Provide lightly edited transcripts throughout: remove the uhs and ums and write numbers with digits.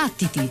Battiti!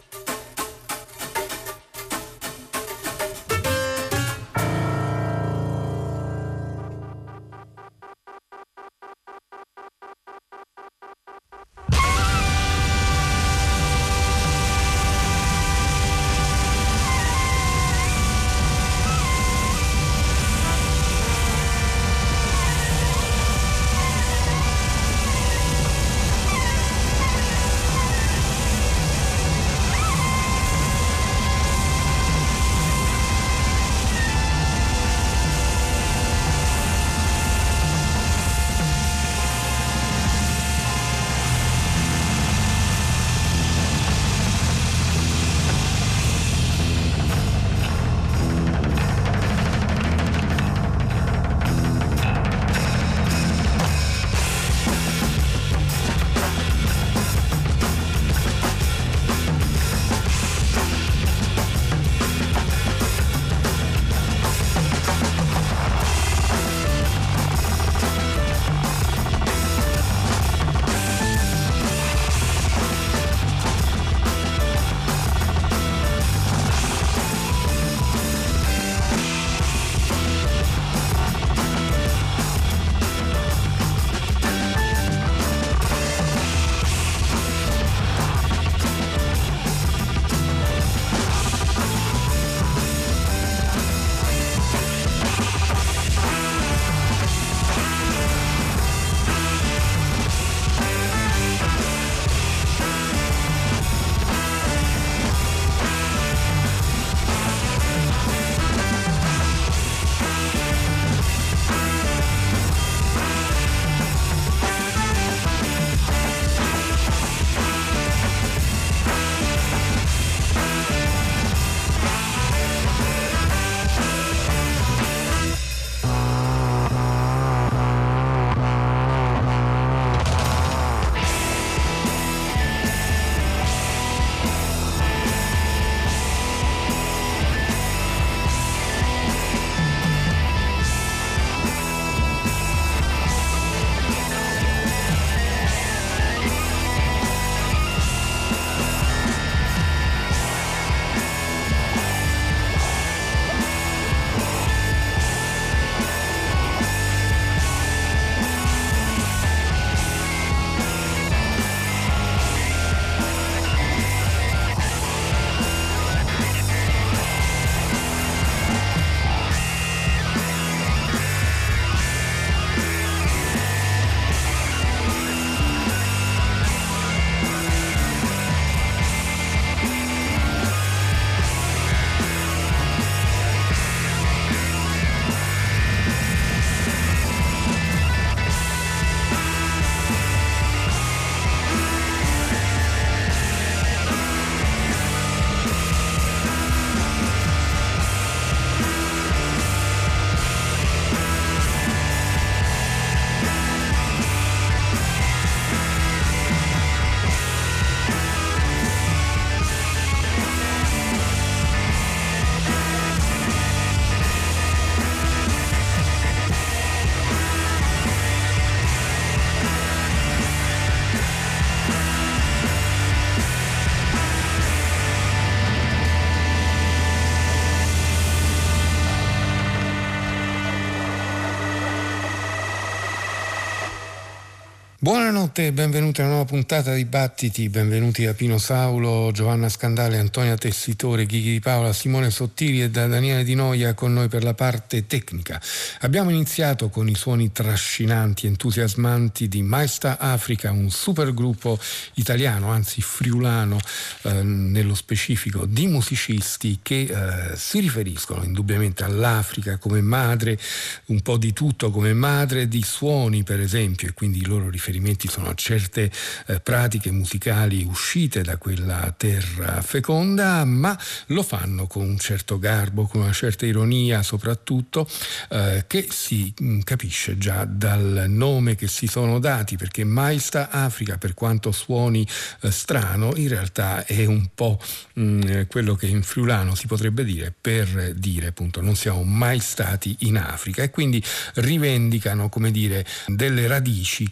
Buonanotte e benvenuti a una nuova puntata di Battiti, benvenuti a Pino Saulo, Giovanna Scandale, Antonia Tessitore, Ghighi di Paola, Simone Sottili e da Daniele Di Noia con noi per la parte tecnica. Abbiamo iniziato con i suoni trascinanti, entusiasmanti di Maestà Africa, un supergruppo italiano, anzi friulano nello specifico, di musicisti che si riferiscono indubbiamente all'Africa come madre, un po' di tutto come madre di suoni per esempio, e quindi i loro riferimenti sono a certe pratiche musicali uscite da quella terra feconda, ma lo fanno con un certo garbo, con una certa ironia soprattutto, che si capisce già dal nome che si sono dati, perché Maestà Africa, per quanto suoni strano, in realtà è un po' quello che in friulano si potrebbe dire per dire appunto non siamo mai stati in Africa, e quindi rivendicano, come dire, delle radici che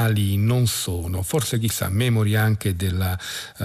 tali non sono. Forse chissà, memori anche della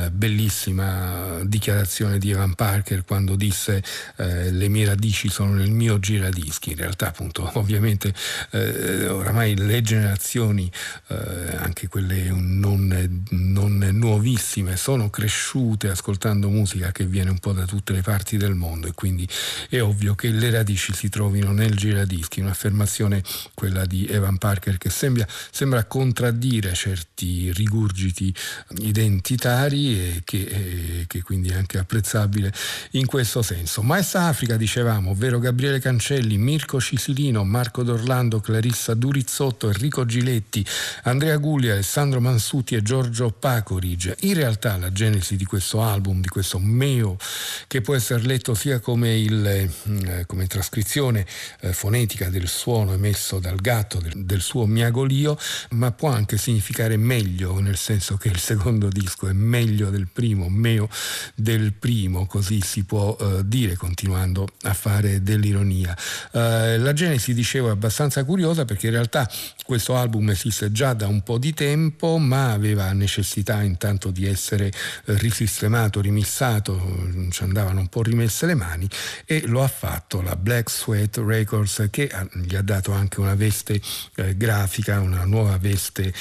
bellissima dichiarazione di Evan Parker quando disse le mie radici sono nel mio giradischi. In realtà appunto ovviamente oramai le generazioni, anche quelle non nuovissime, sono cresciute ascoltando musica che viene un po' da tutte le parti del mondo, e quindi è ovvio che le radici si trovino nel giradischi. Un'affermazione, quella di Evan Parker, che sembra contraddire certi rigurgiti identitari e che quindi è anche apprezzabile in questo senso. Maestra Africa, dicevamo, ovvero Gabriele Cancelli, Mirko Cisilino, Marco D'Orlando, Clarissa Durizzotto, Enrico Giletti, Andrea Gulli, Alessandro Mansuti e Giorgio Pacorig. In realtà la genesi di questo album, di questo Meo, che può essere letto sia come trascrizione fonetica del suono emesso dal gatto, del suo miagolio, ma può anche significare meglio, nel senso che il secondo disco è meglio del primo, Meo del primo, così si può dire, continuando a fare dell'ironia. La genesi, dicevo, è abbastanza curiosa, perché in realtà questo album esiste già da un po' di tempo, ma aveva necessità intanto di essere risistemato, rimissato, ci andavano un po' rimesse le mani, e lo ha fatto la Black Sweat Records, che gli ha dato anche una veste grafica, una nuova veste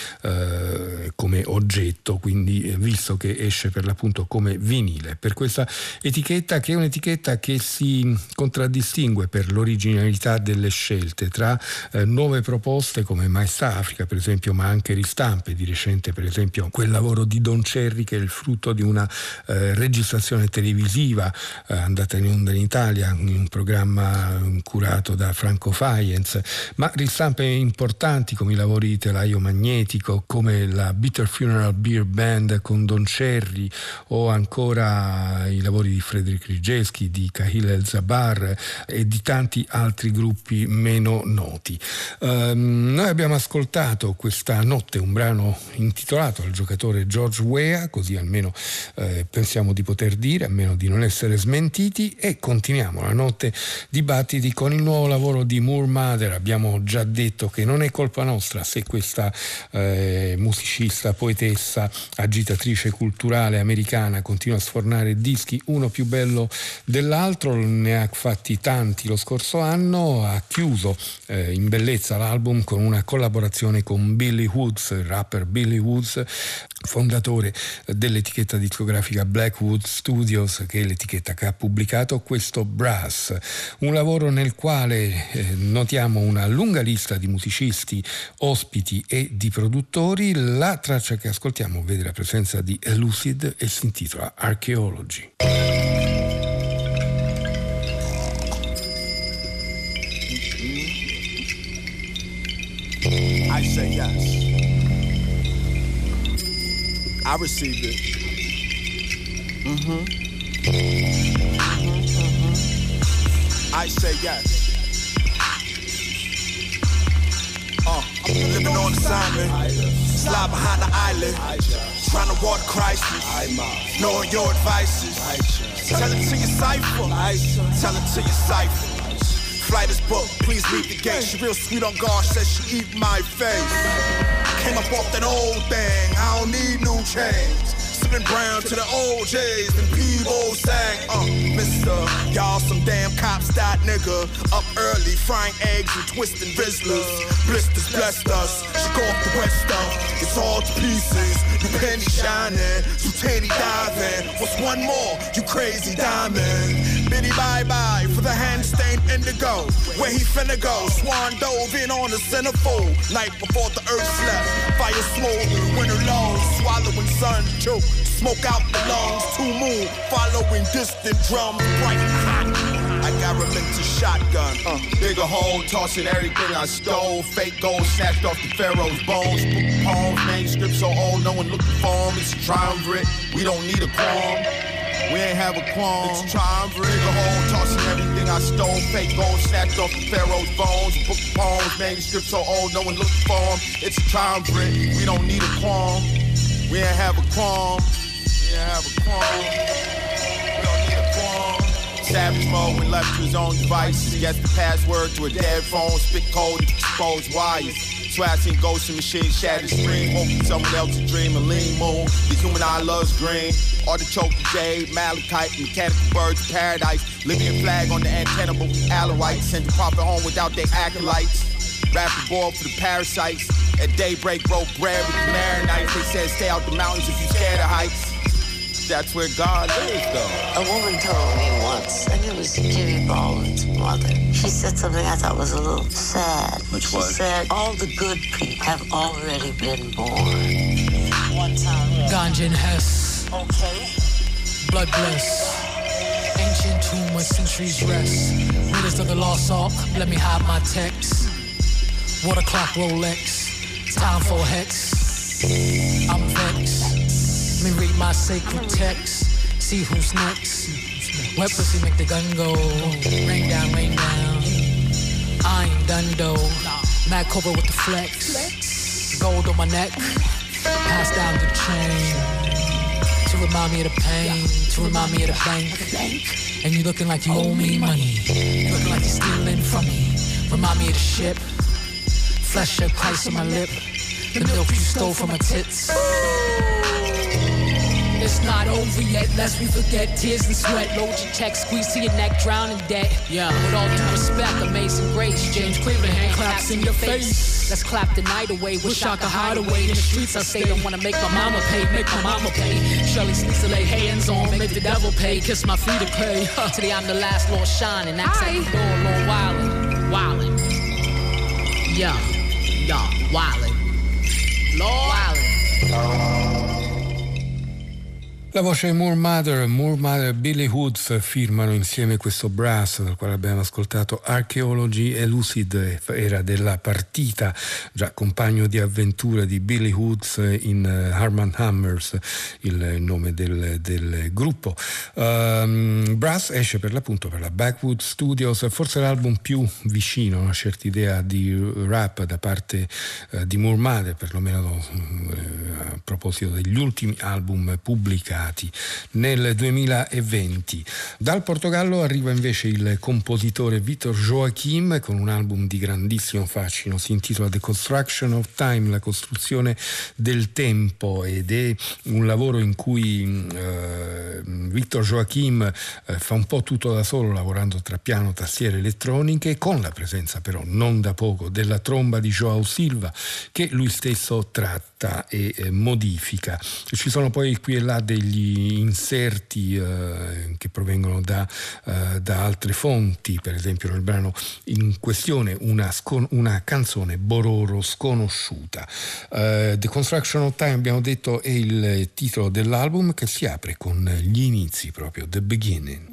come oggetto, quindi visto che esce per l'appunto come vinile, per questa etichetta, che è un'etichetta che si contraddistingue per l'originalità delle scelte, tra nuove proposte come Maestra Africa per esempio, ma anche ristampe. Di recente per esempio quel lavoro di Don Cherry, che è il frutto di una registrazione televisiva andata in onda in Italia in un programma curato da Franco Faienz, ma ristampe importanti come i lavori di Telaio Magnetico, come la Bitter Funeral Beer Band con Don Cherry, o ancora i lavori di Frederic Rigeschi, di Kahil El-Zabar e di tanti altri gruppi meno noti. Noi abbiamo ascoltato questa notte un brano intitolato al giocatore George Weah, così almeno pensiamo di poter dire, a meno di non essere smentiti, e continuiamo la notte dibattiti con il nuovo lavoro di Moor Mother. Abbiamo già detto che non è colpa nostra se questa musicista, poetessa, agitatrice culturale americana continua a sfornare dischi uno più bello dell'altro. Ne ha fatti tanti lo scorso anno, ha chiuso in bellezza l'album con una collaborazione con Billy Woods, il rapper Billy Woods, fondatore dell'etichetta discografica Blackwood Studios, che è l'etichetta che ha pubblicato questo Brass, un lavoro nel quale notiamo una lunga lista di musicisti, ospiti e di produttori. La traccia che ascoltiamo vede la presenza di Elucid e si intitola Archaeology. I say yes. I received it. I say yes. I'm living on assignment. Slide behind the island. Trying to water crisis. Knowing your advices. Tell it to your cipher. Tell it to your cipher. Flight is booked, please leave the gate. She real sweet on guard, says she eat my face. Came up off that old thing, I don't need new chains. Sipping brown to the old J's, and Peebo sang, Mister, y'all some damn cops died, nigga. Up early, frying eggs and twisting Rizzlers. Blisters blessed us, she go off the west stuff. It's all to pieces, you penny shining, you tanny diving. What's one more, you crazy diamond? Biddy bye-bye for the hand-stained indigo. Where he finna go, Swan dove in on the centerfold. Night before the earth slept, fire smoldering, winter lows. Swallowing sun choke, smoke out the lungs. Two moon, following distant drums, bright and hot. I got Remington shotgun, bigger hole, tossing everything I stole. Fake gold snatched off the pharaoh's bones. Book poems, manuscripts so old, no one looking for them. It's a triumvirate, we don't need a quorum. We ain't have a qualm. It's triumvirate. Bigger hole, tossing everything I stole. Fake gold snatched off the pharaoh's bones. Book poems, manuscripts so old, no one looking for them. It's a triumvirate, we don't need a qualm. We ain't have a qualm. We ain't have a qualm. We don't need a qualm. Savage mode when left to his own devices. Guess the password to a dead phone. Spit code and expose wires. swear I seen ghosts in machine, shattered screen. Woke from someone else's dream, a lean moon. The human eye loves green. Artichoke, jade, malachite, mechanical birds, paradise. Libyan flag on the antenna, but we Alawite. Sent the prophet home without their acolytes. Rapper boiled for the parasites. At daybreak, broke bread with the Maronites. They said stay out the mountains if you scared of heights. That's where God lives, though. A woman told me once, and it was Jimmy Baldwin's mother. She said something I thought was a little sad. Which was? She said, all the good people have already been born. One time. Ganja and Hess. Okay. Blood bliss. Ancient tomb where centuries rest. Readers of the lost ark, let me hide my text. Water clock Rolex. Time for a hex. I'm vexed. Let me read my sacred text. See who's next. Wet pussy make the gun go. Rain down, rain down. I ain't done though. Mac Cobra with the flex. Gold on my neck. Pass down the chain. To remind me of the pain. To remind me of the bank. And you looking like you owe me money. You looking like you're stealing from me. Remind me of the ship. Flesh of Christ on my lip. The milk you stole from my tits. It's not over yet, lest we forget tears and sweat. Load your check, squeeze to your neck, drown in debt. Yeah, with all due respect, amazing grace. James Cleveland hand claps in your face. Let's clap the night away, wish I could hide away. In the streets I stay, don't wanna make my mama pay, make my mama pay. Shirley sneaks to lay hands on, make the devil pay. Kiss my feet of clay. Today I'm the last Lord shining. That's at the door, Lord wildin', wildin'. Yeah, wildin'. Lord wildin'. La voce Moor Mother, Billy Hoods firmano insieme questo brass dal quale abbiamo ascoltato Archaeology e Lucid era della partita, già compagno di avventura di Billy Hoods in Harman Hammers, il nome del gruppo. Brass esce per l'appunto per la Backwood Studios, forse l'album più vicino a una certa idea di rap da parte di Moor Mother, perlomeno a proposito degli ultimi album pubblicati nel 2020. Dal Portogallo arriva invece il compositore Vitor Joachim con un album di grandissimo fascino, si intitola The Construction of Time, la costruzione del tempo, ed è un lavoro in cui Vitor Joachim fa un po' tutto da solo, lavorando tra piano, tastiere elettroniche, con la presenza però non da poco della tromba di João Silva, che lui stesso tratta e modifica. Ci sono poi qui e là degli inserti che provengono da altre fonti, per esempio nel brano in questione una canzone Bororo sconosciuta. The Construction of Time, abbiamo detto, è il titolo dell'album, che si apre con gli inizi, proprio The Beginning.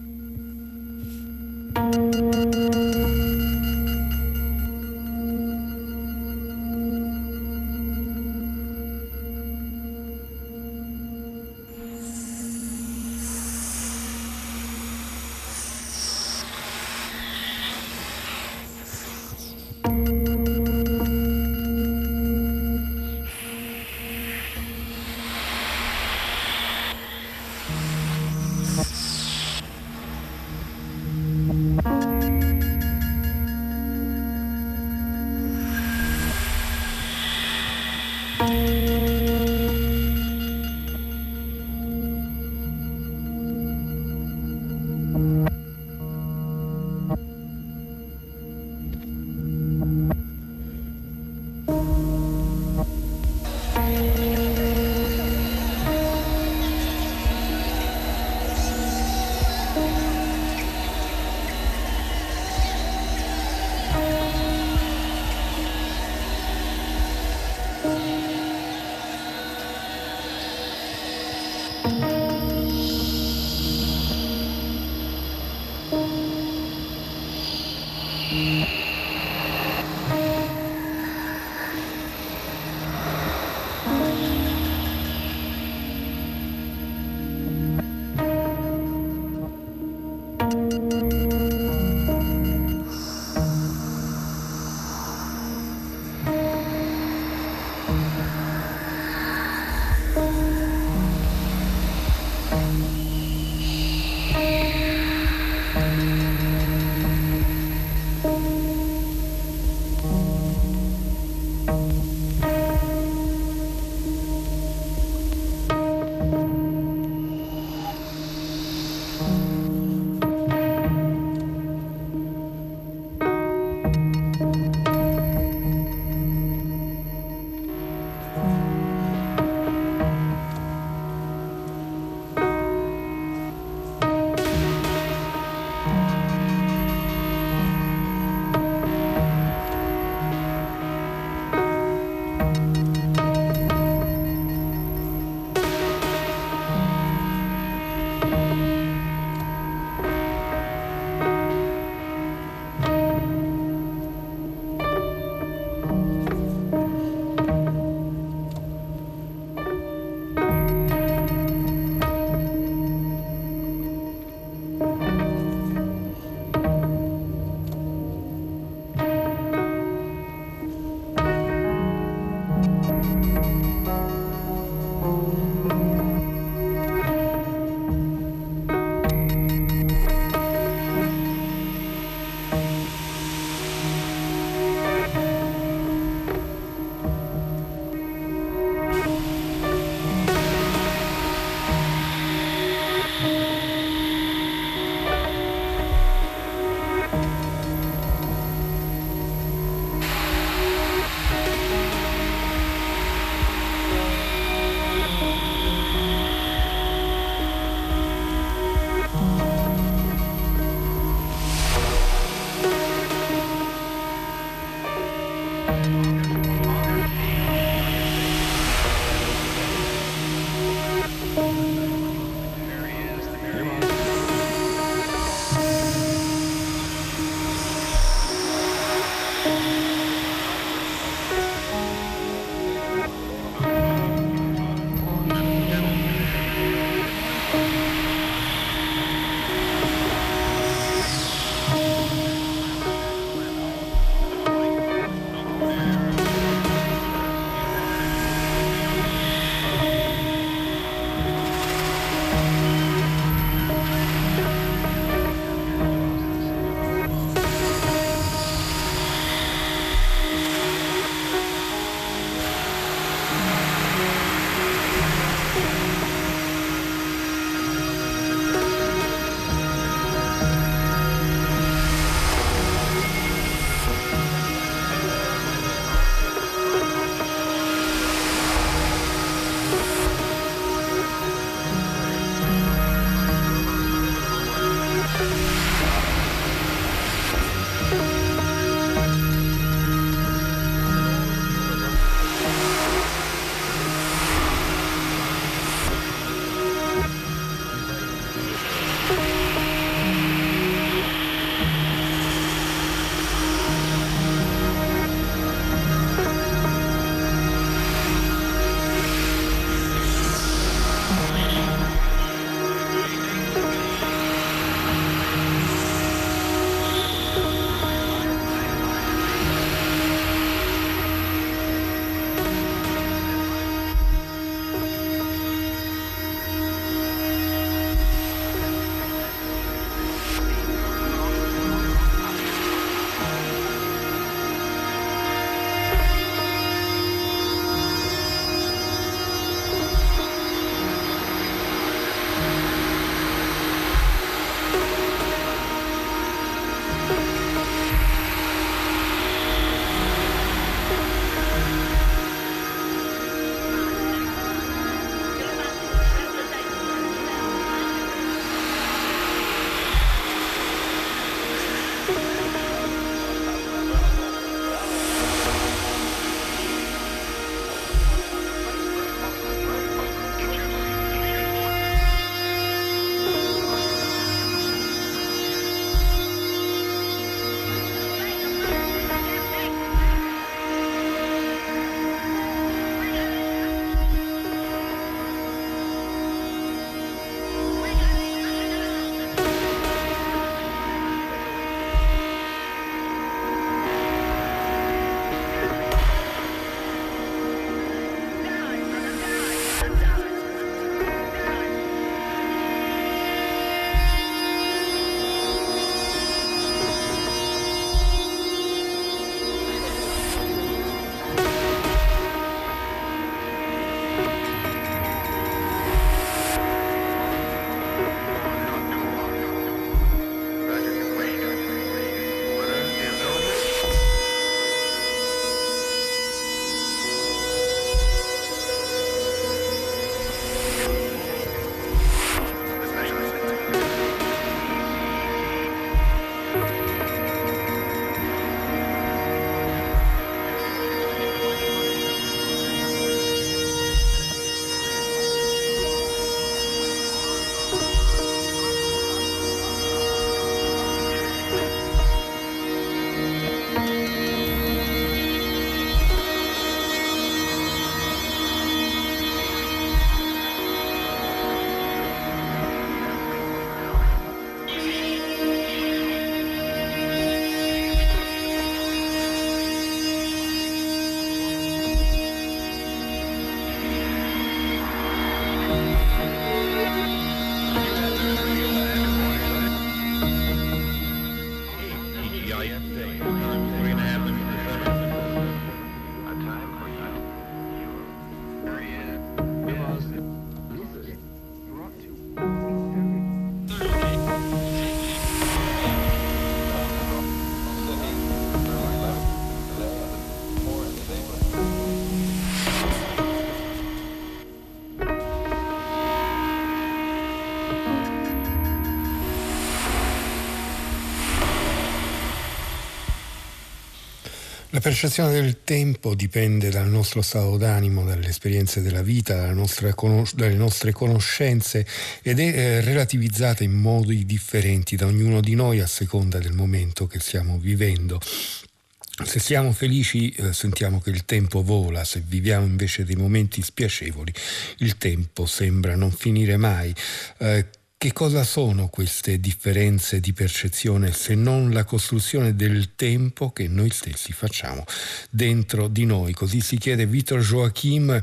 percezione del tempo dipende dal nostro stato d'animo, dalle esperienze della vita, dalle nostre conoscenze ed è relativizzata in modi differenti da ognuno di noi a seconda del momento che stiamo vivendo. Se siamo felici sentiamo che il tempo vola, se viviamo invece dei momenti spiacevoli il tempo sembra non finire mai. Che cosa sono queste differenze di percezione se non la costruzione del tempo che noi stessi facciamo dentro di noi? Così si chiede Victor Joachim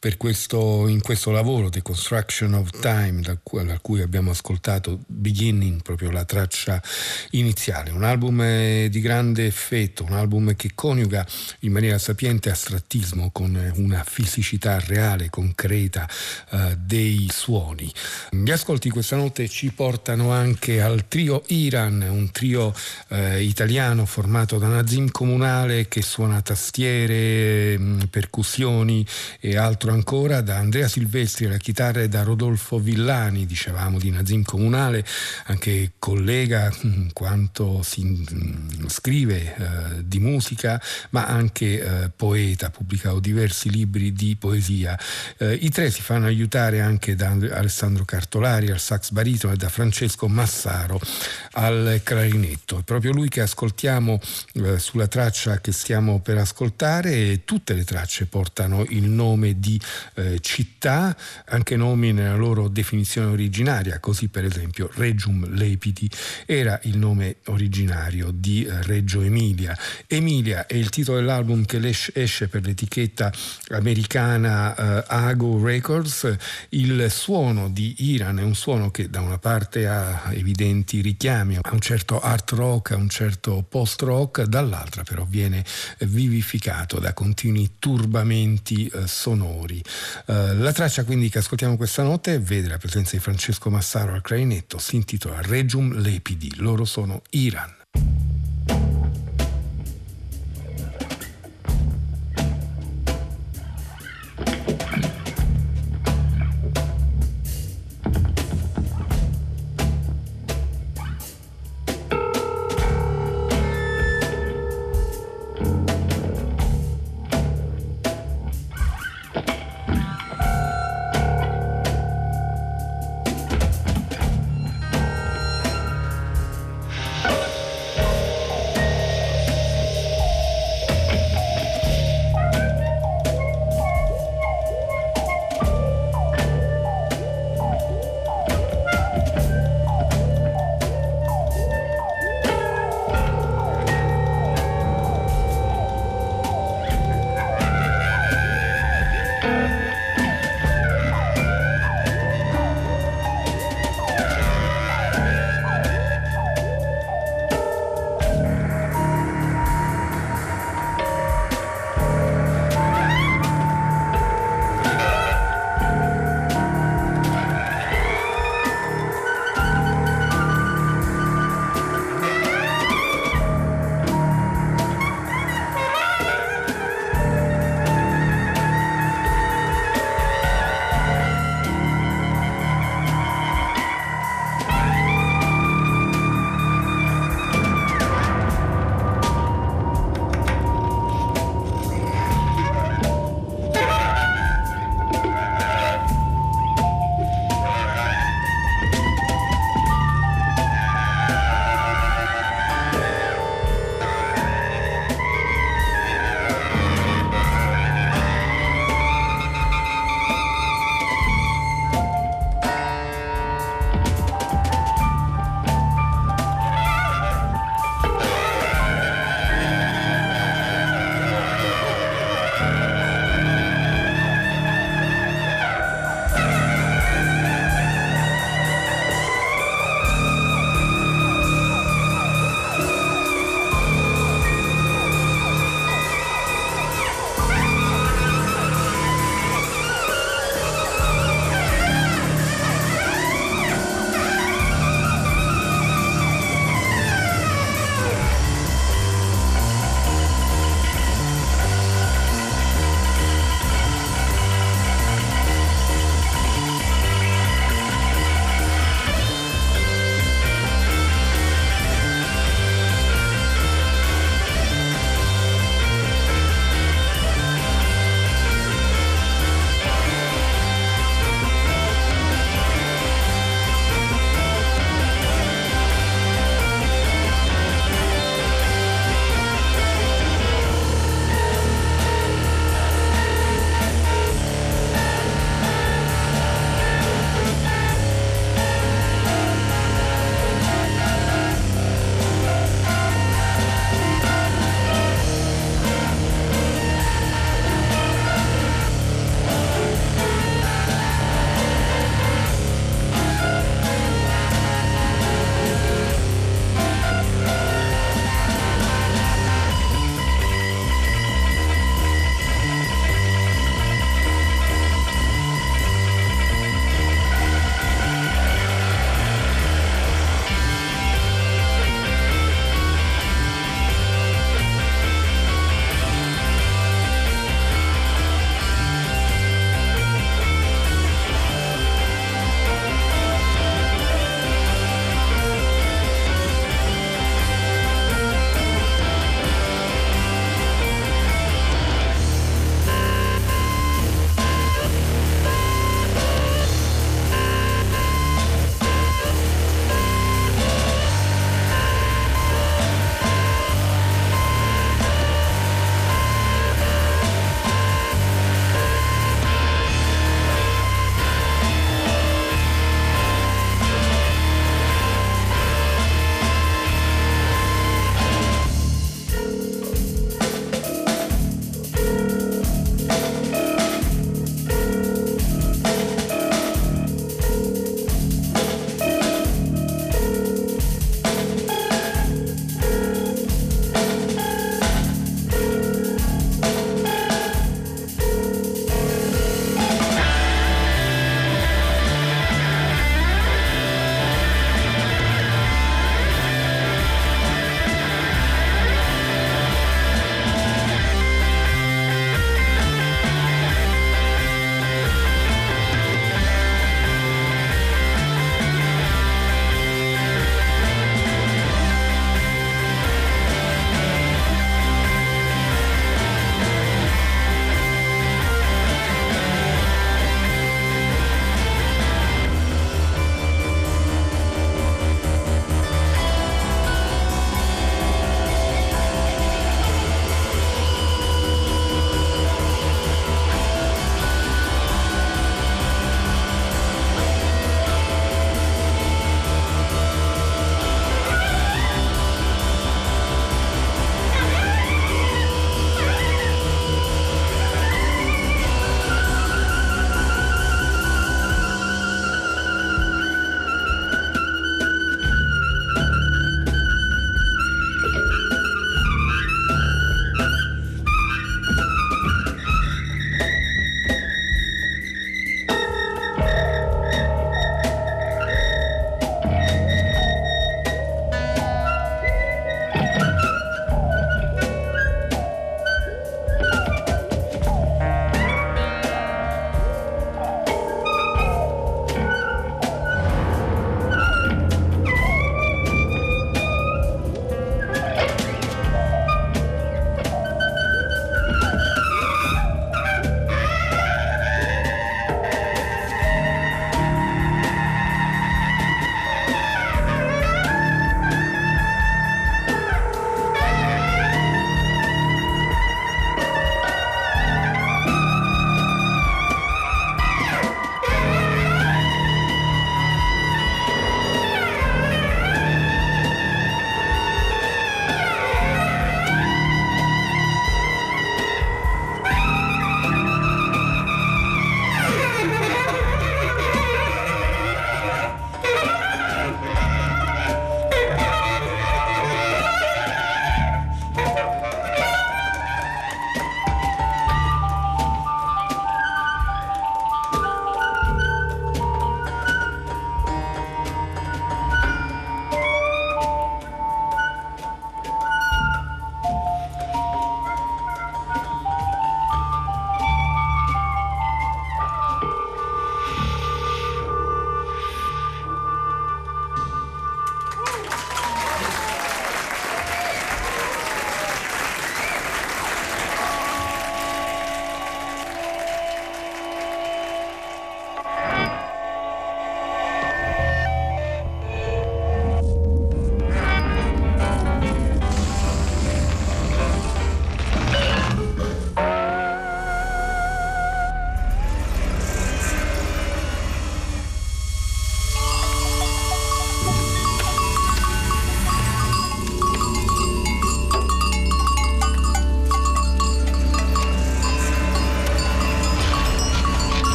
in questo lavoro The Construction of Time, da cui abbiamo ascoltato Beginning, proprio la traccia iniziale. Un album di grande effetto, un album che coniuga in maniera sapiente astrattismo con una fisicità reale, concreta dei suoni. Gli ascolti questa notte ci portano anche al trio Iran, un trio italiano formato da Nazim Comunale che suona tastiere, percussioni e altro ancora, da Andrea Silvestri alla chitarra e da Rodolfo Villani. Dicevamo di Nazim Comunale, anche collega quanto si scrive di musica, ma anche poeta, ha pubblicato diversi libri di poesia. I tre si fanno aiutare anche da Alessandro Cartolari al sax baritono e da Francesco Massaro al clarinetto. È proprio lui che ascoltiamo sulla traccia che stiamo per ascoltare, e tutte le tracce portano il nome di città, anche nomi nella loro definizione originaria. Così per esempio Regium Lepidi era il nome originario di Reggio Emilia. Emilia è il titolo dell'album che esce per l'etichetta americana Ago Records. Il suono di Iran è un suono che da una parte ha evidenti richiami a un certo art rock, a un certo post rock, dall'altra però viene vivificato da continui turbamenti sonori. La traccia quindi che ascoltiamo questa notte vede la presenza di Francesco Massaro al clarinetto, si intitola Regium Lepidi, loro sono Iran.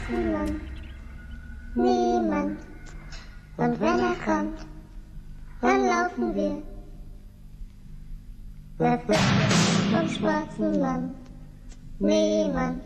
schwarzen Land. Niemand. Und wenn er kommt, dann laufen wir. Wer flüchtet vom schwarzen Land? Niemand.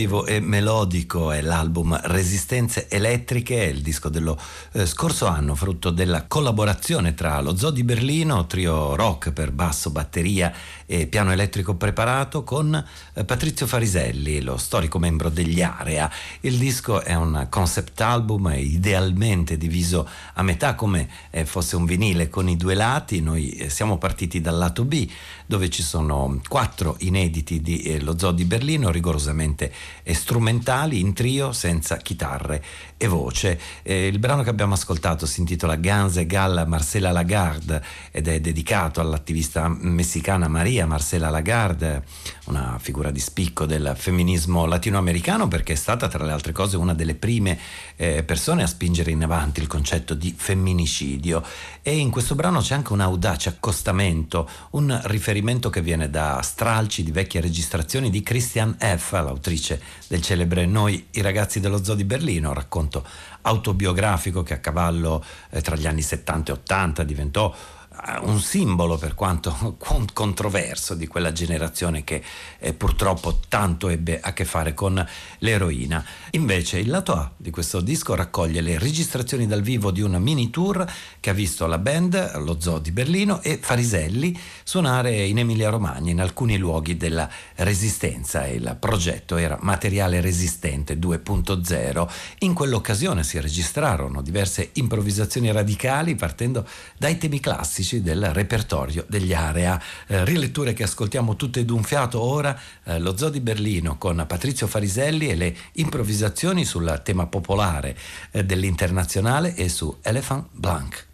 vivo e melodico è l'album Resistenze Elettriche, il disco dello scorso anno, frutto della collaborazione tra lo Zoo di Berlino, trio rock per basso, batteria e piano elettrico preparato, con Patrizio Fariselli, lo storico membro degli Area. Il disco è un concept album, è idealmente diviso a metà come fosse un vinile con i due lati. Noi siamo partiti dal lato B, dove ci sono 4 inediti di lo Zoo di Berlino, rigorosamente strumentali, in trio, senza chitarre e voce. Il brano che abbiamo ascoltato si intitola Guns Egal Marcela Lagarde ed è dedicato all'attivista messicana Maria Marcela Lagarde, una figura di spicco del femminismo latinoamericano, perché è stata, tra le altre cose, una delle prime persone a spingere in avanti il concetto di femminicidio. E in questo brano c'è anche un audace accostamento, un riferimento che viene da stralci di vecchie registrazioni di Christian F., l'autrice del celebre Noi i ragazzi dello Zoo di Berlino, un racconto autobiografico che a cavallo tra gli anni 70 e 80 diventò un simbolo, per quanto controverso, di quella generazione che purtroppo tanto ebbe a che fare con l'eroina. Invece il lato A di questo disco raccoglie le registrazioni dal vivo di un mini tour che ha visto la band, lo Zoo di Berlino e Fariselli suonare in Emilia-Romagna, in alcuni luoghi della Resistenza. Il progetto era Materiale Resistente 2.0. In quell'occasione si registrarono diverse improvvisazioni radicali partendo dai temi classici del repertorio degli Area, riletture che ascoltiamo tutte d'un fiato ora. Lo Zoo di Berlino con Patrizio Fariselli e le improvvisazioni sul tema popolare dell'Internazionale e su Elephant Blanc.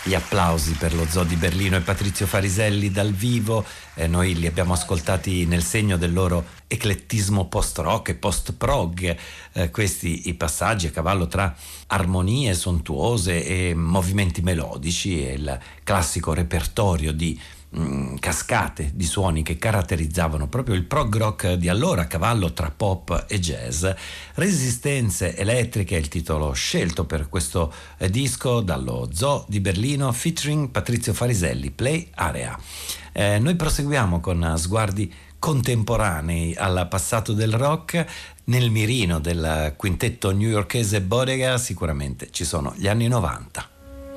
gli applausi per lo Zoo di Berlino e Patrizio Fariselli dal vivo. Noi li abbiamo ascoltati nel segno del loro eclettismo post-rock e post-prog, questi i passaggi a cavallo tra armonie sontuose e movimenti melodici e il classico repertorio di cascate di suoni che caratterizzavano proprio il prog rock di allora, a cavallo tra pop e jazz. Resistenze elettriche è il titolo scelto per questo disco dallo Zoo di Berlino featuring Patrizio Fariselli, Play Area. Noi proseguiamo con sguardi contemporanei al passato del rock. Nel mirino del quintetto newyorkese Bodega sicuramente ci sono gli anni 90.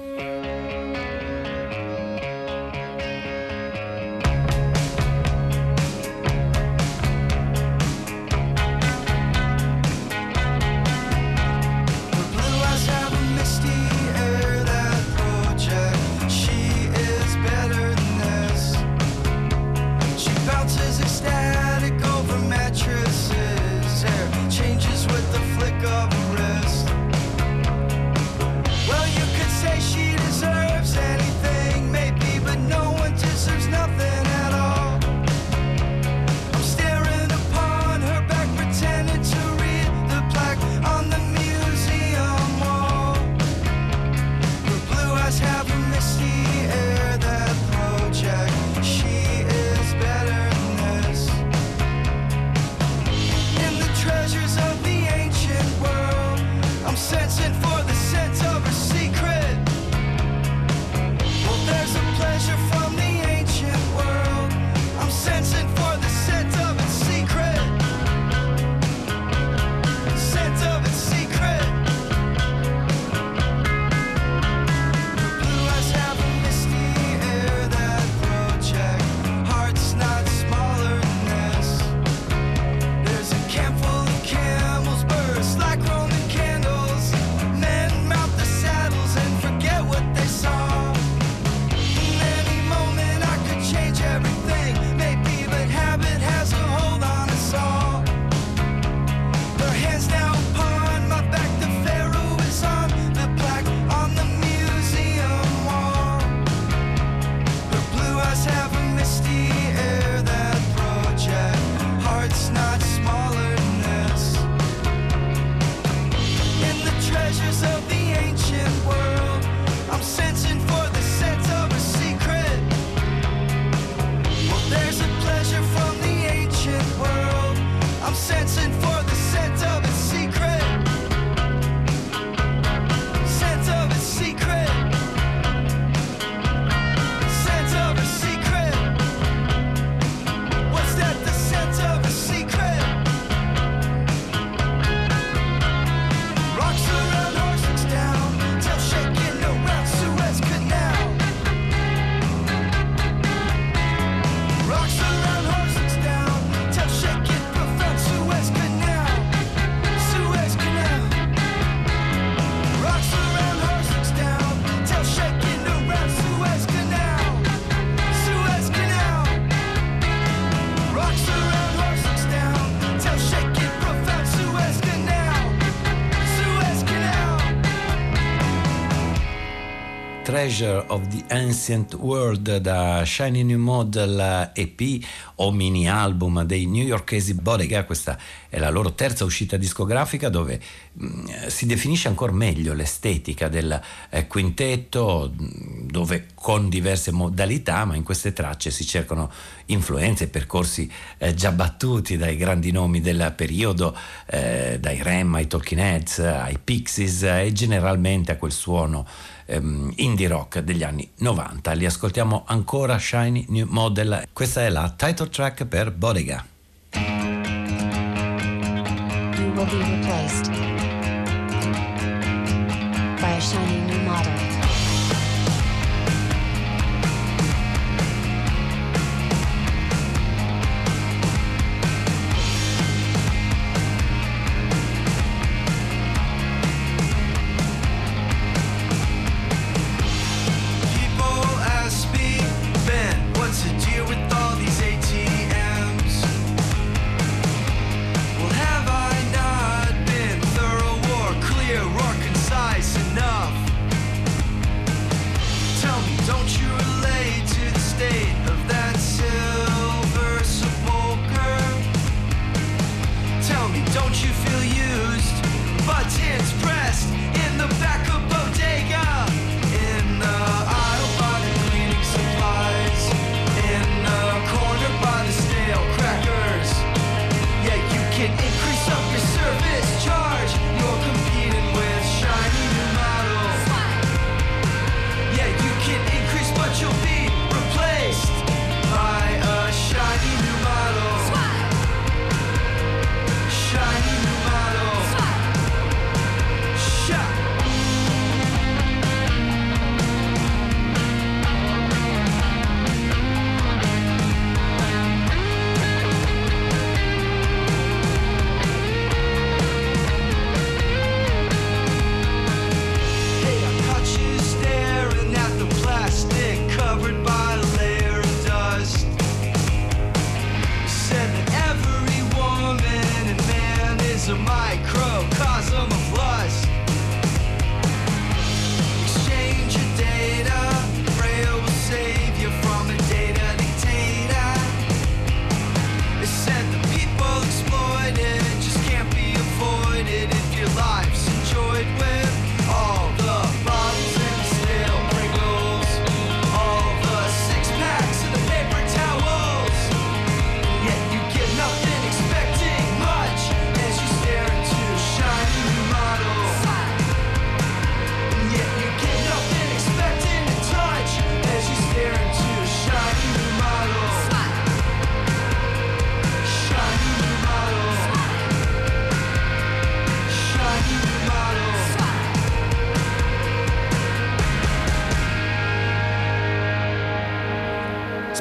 Treasure of the Ancient World da Shiny New Model EP o mini album dei newyorkesi Bodega. Questa è la loro terza uscita discografica, dove si definisce ancora meglio l'estetica del quintetto, dove con diverse modalità, ma in queste tracce si cercano influenze e percorsi già battuti dai grandi nomi del periodo, dai Rem ai Talking Heads ai Pixies e generalmente a quel suono indie rock degli anni 90. Li ascoltiamo ancora, Shiny New Model. Questa è la title track per Bodega. You will be replaced by a shiny new model. Well, have I not been thorough?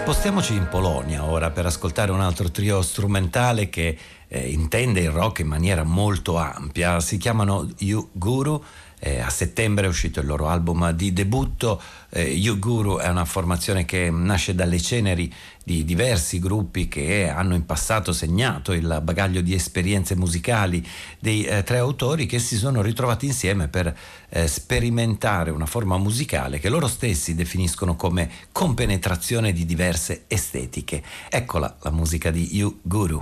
Spostiamoci in Polonia ora per ascoltare un altro trio strumentale che intende il rock in maniera molto ampia. Si chiamano You Guru. A settembre è uscito il loro album di debutto. You Guru è una formazione che nasce dalle ceneri di diversi gruppi che hanno in passato segnato il bagaglio di esperienze musicali dei tre autori, che si sono ritrovati insieme per sperimentare una forma musicale che loro stessi definiscono come compenetrazione di diverse estetiche. Eccola la musica di You Guru.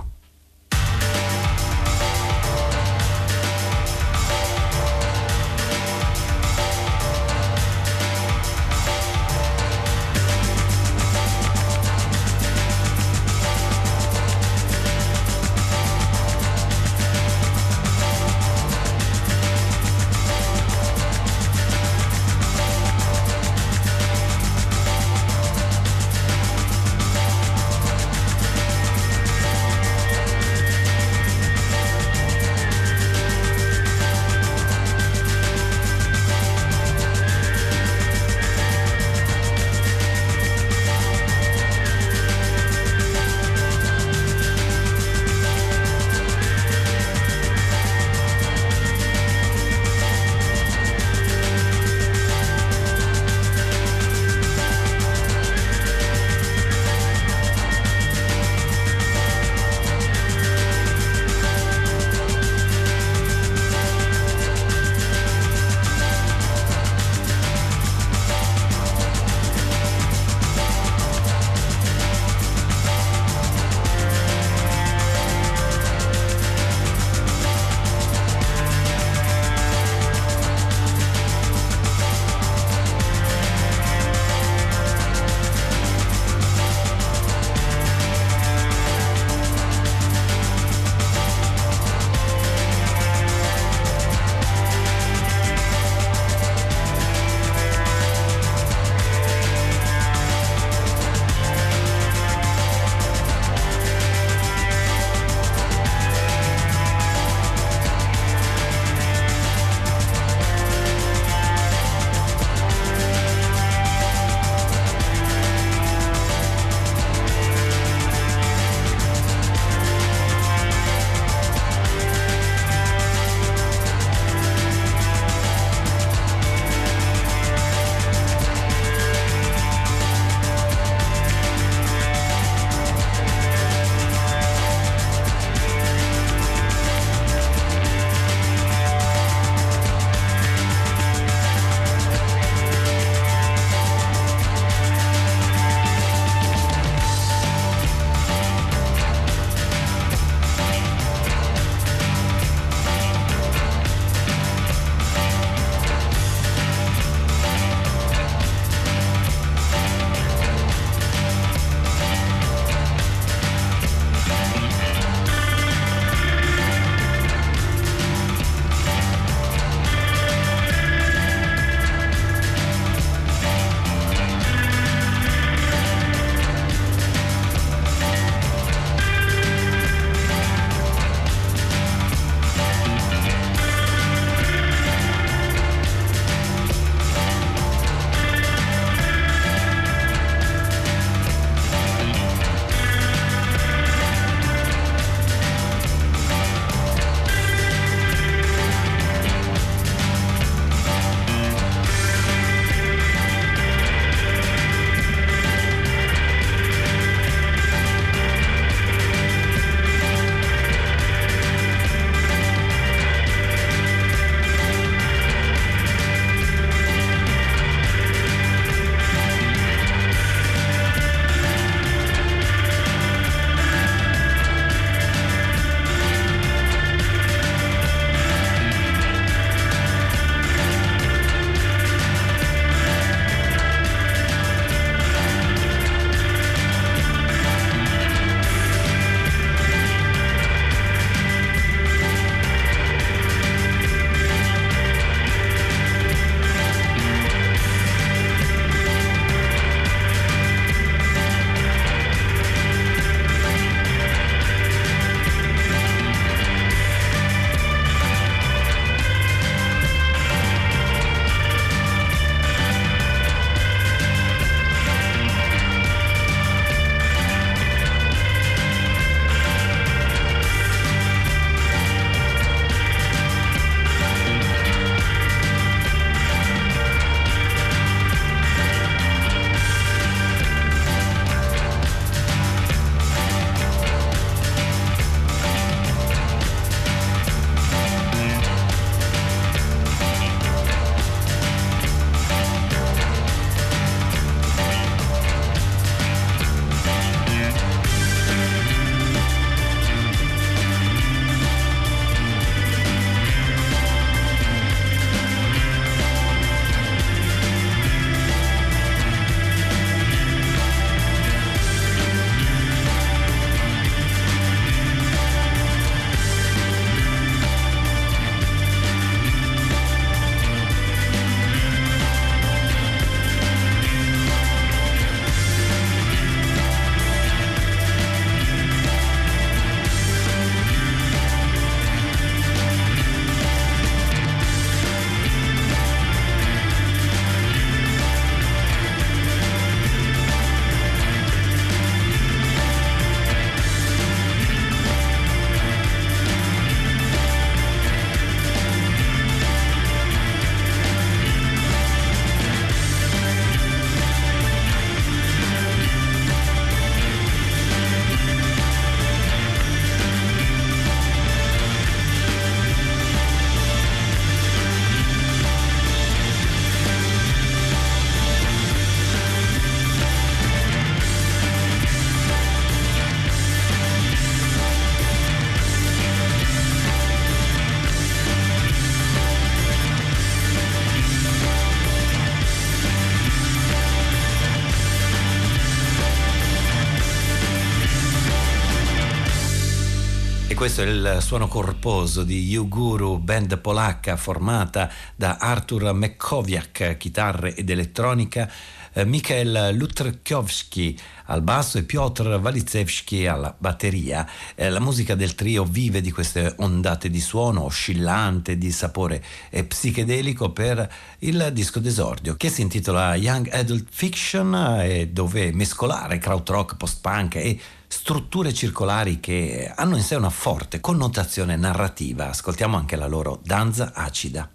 E questo è il suono corposo di Yuguru, band polacca formata da Artur Mekowiak, chitarre ed elettronica, Michael Lutrkowski al basso e Piotr Waliszewski alla batteria. La musica del trio vive di queste ondate di suono oscillante, di sapore psichedelico per il disco d'esordio che si intitola Young Adult Fiction, dove mescolare krautrock, post-punk e strutture circolari che hanno in sé una forte connotazione narrativa. Ascoltiamo anche la loro danza acida.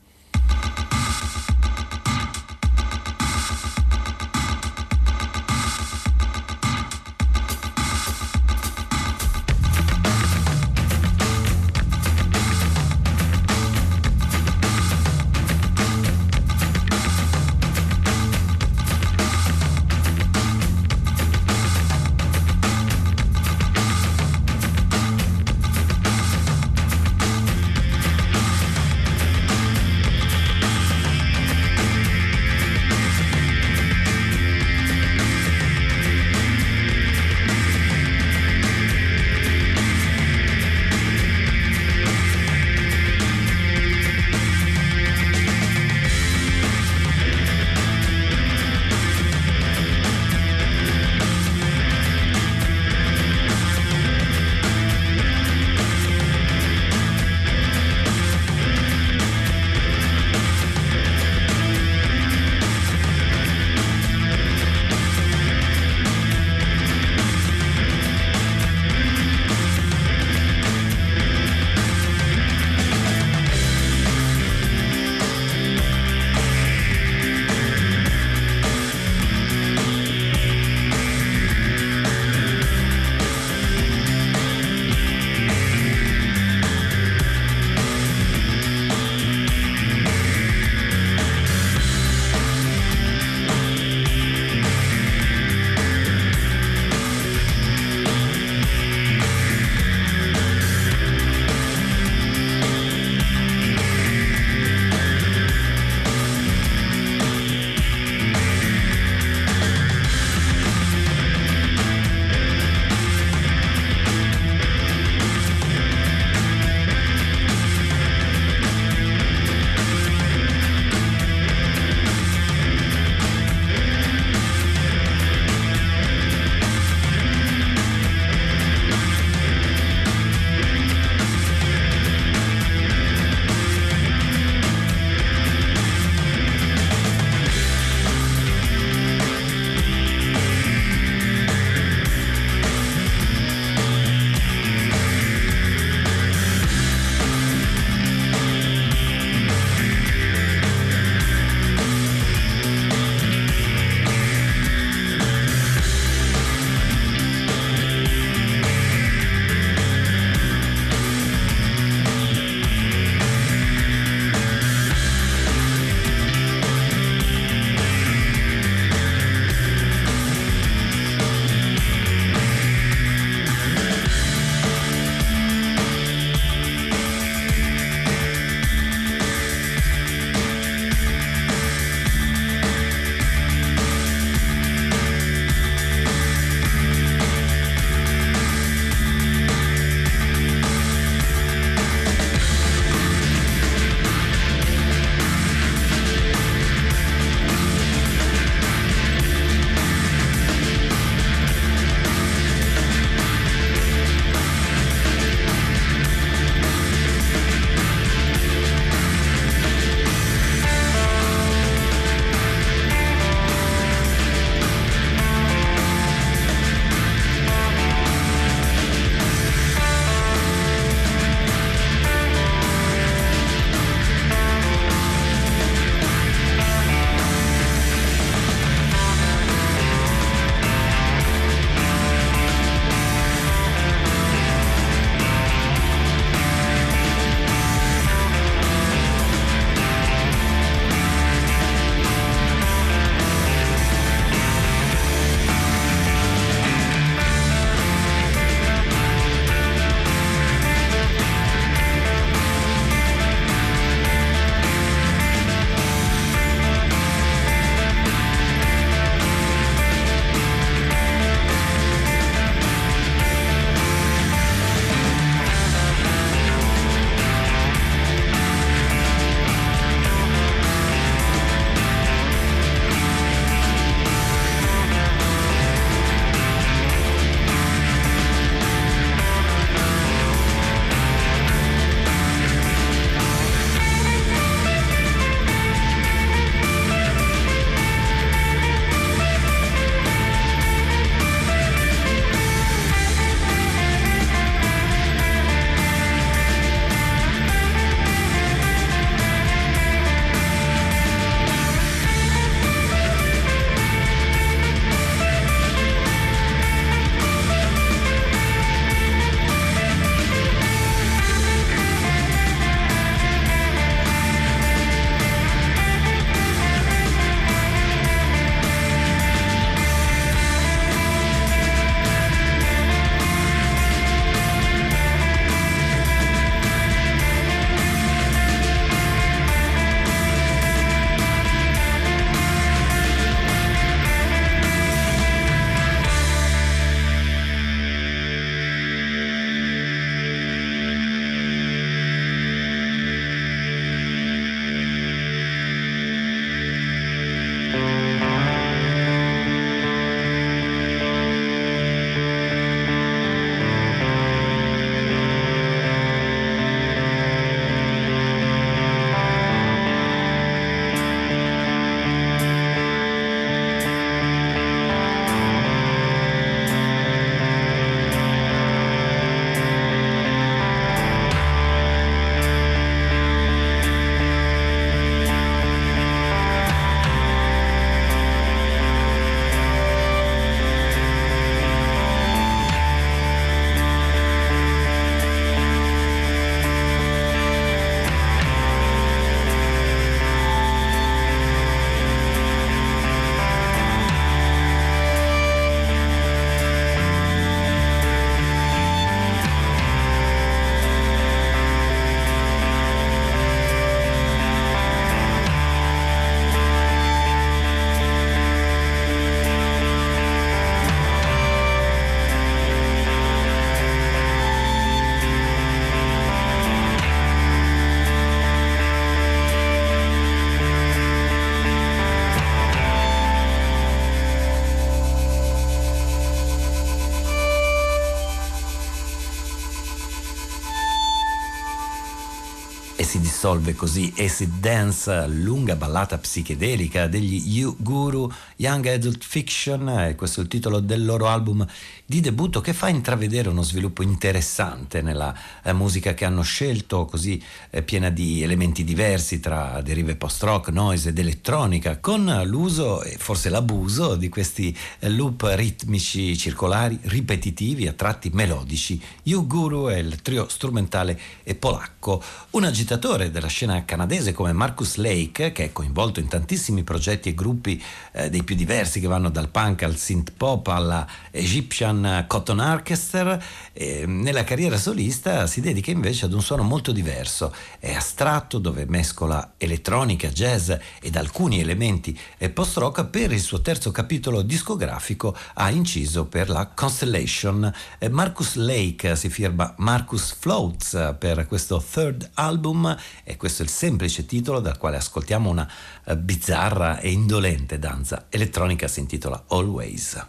e si dissolve così Acid Dance, lunga ballata psichedelica degli U-Guru, Young Adult Fiction, e questo è il titolo del loro album di debutto, che fa intravedere uno sviluppo interessante nella musica che hanno scelto, così piena di elementi diversi tra derive post-rock, noise ed elettronica, con l'uso e forse l'abuso di questi loop ritmici circolari ripetitivi a tratti melodici. U-Guru è il trio strumentale polacco. Un agitatore della scena canadese come Marcus Lake, che è coinvolto in tantissimi progetti e gruppi dei più diversi, che vanno dal punk al synth pop alla Egyptian Cotton Orchestra, nella carriera solista si dedica invece ad un suono molto diverso. È astratto, dove mescola elettronica, jazz ed alcuni elementi post-rock. Per il suo terzo capitolo discografico ha inciso per la Constellation. Marcus Lake si firma Marcus Floats per questo third album, e questo è il semplice titolo dal quale ascoltiamo una bizzarra e indolente danza elettronica, si intitola Always.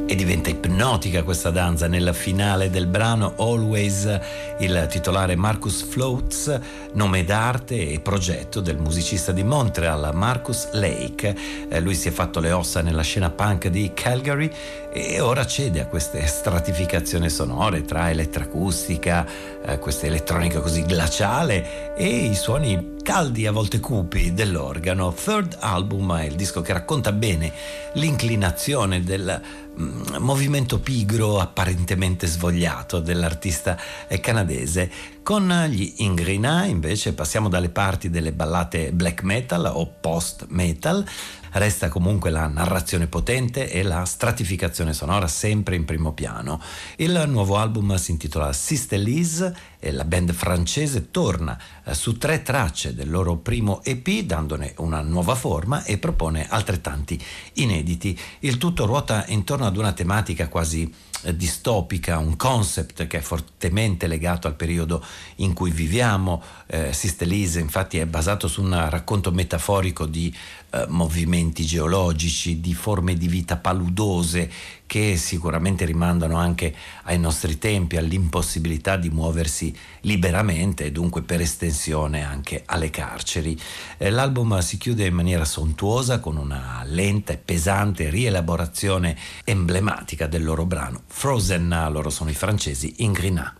E diventa ipnotica questa danza. Nel finale del brano Always il titolare Marcus Floats, nome d'arte e progetto del musicista di Montreal Marcus Lake. Lui si è fatto le ossa nella scena punk di Calgary e ora cede a queste stratificazioni sonore tra elettroacustica, questa elettronica così glaciale e i suoni caldi, a volte cupi, dell'organo. Third Album è il disco che racconta bene l'inclinazione del movimento pigro apparentemente svogliato dell'artista canadese. Con gli Ingrina invece passiamo dalle parti delle ballate black metal o post metal. Resta comunque la narrazione potente e la stratificazione sonora sempre in primo piano. Il nuovo album si intitola Sister Liz e la band francese torna su 3 tracce del loro primo EP, dandone una nuova forma, e propone altrettanti inediti. Il tutto ruota intorno ad una tematica quasi distopica, un concept che è fortemente legato al periodo in cui viviamo. Sister Liz infatti è basato su un racconto metaforico di movimenti geologici, di forme di vita paludose che sicuramente rimandano anche ai nostri tempi, all'impossibilità di muoversi liberamente e dunque per estensione anche alle carceri. L'album si chiude in maniera sontuosa con una lenta e pesante rielaborazione emblematica del loro brano Frozen. Loro sono i francesi Ingrina.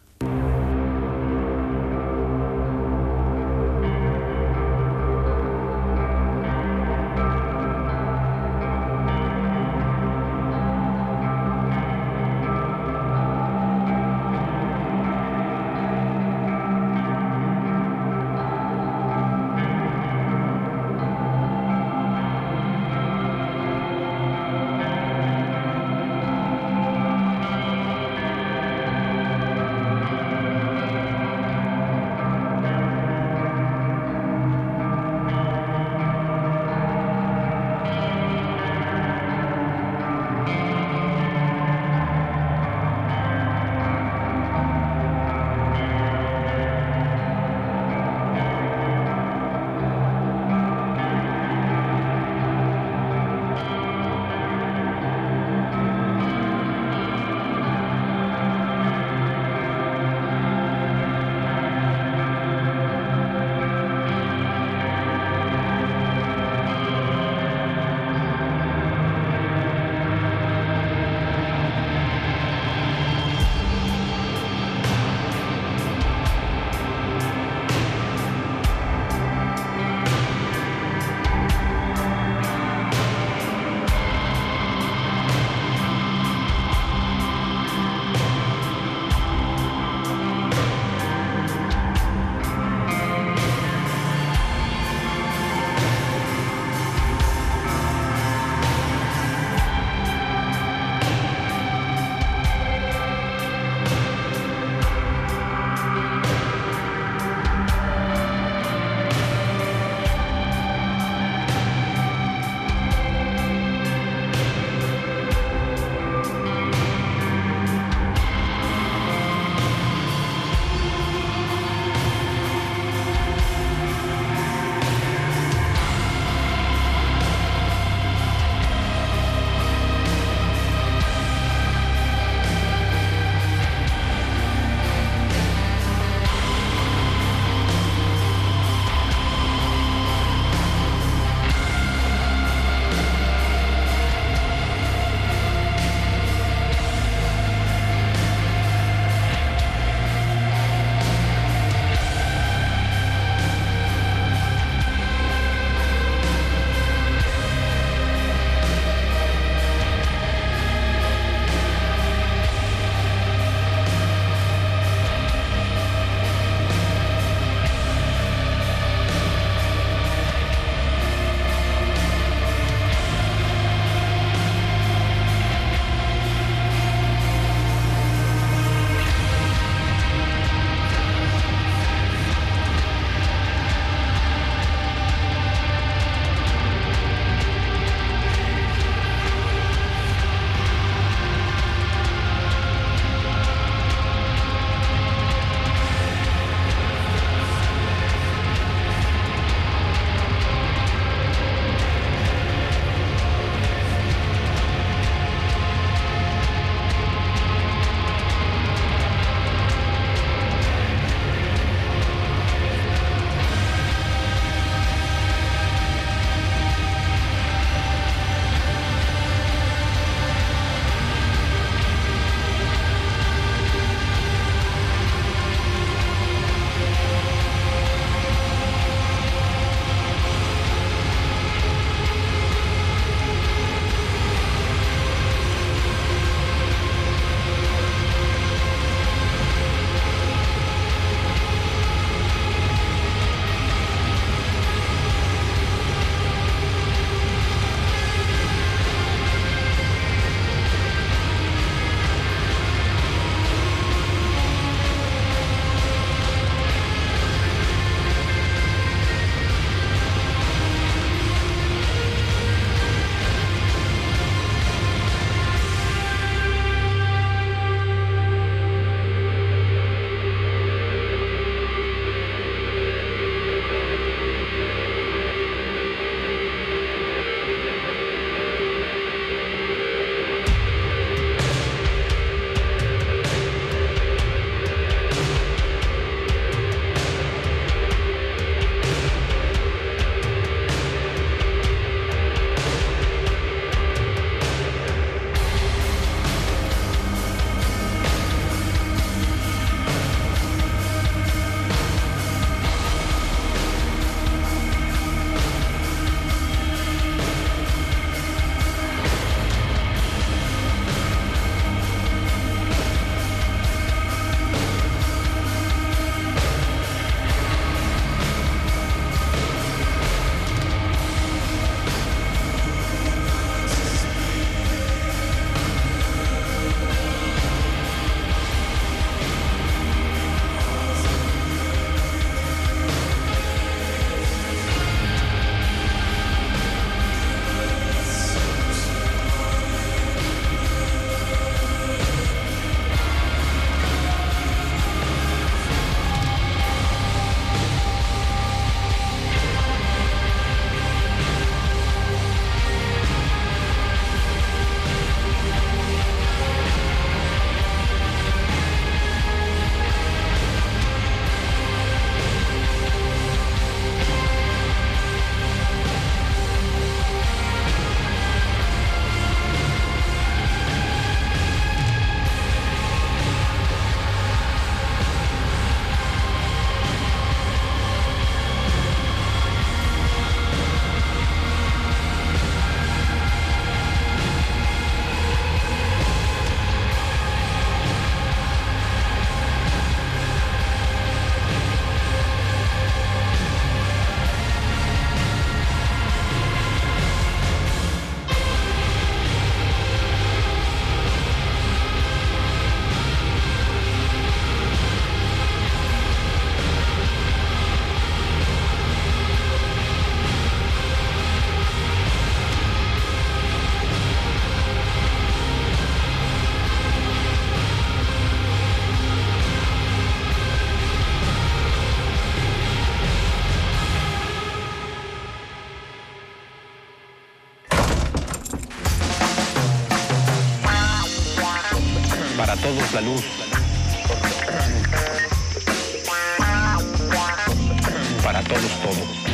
Para todos la luz. Para todos todo.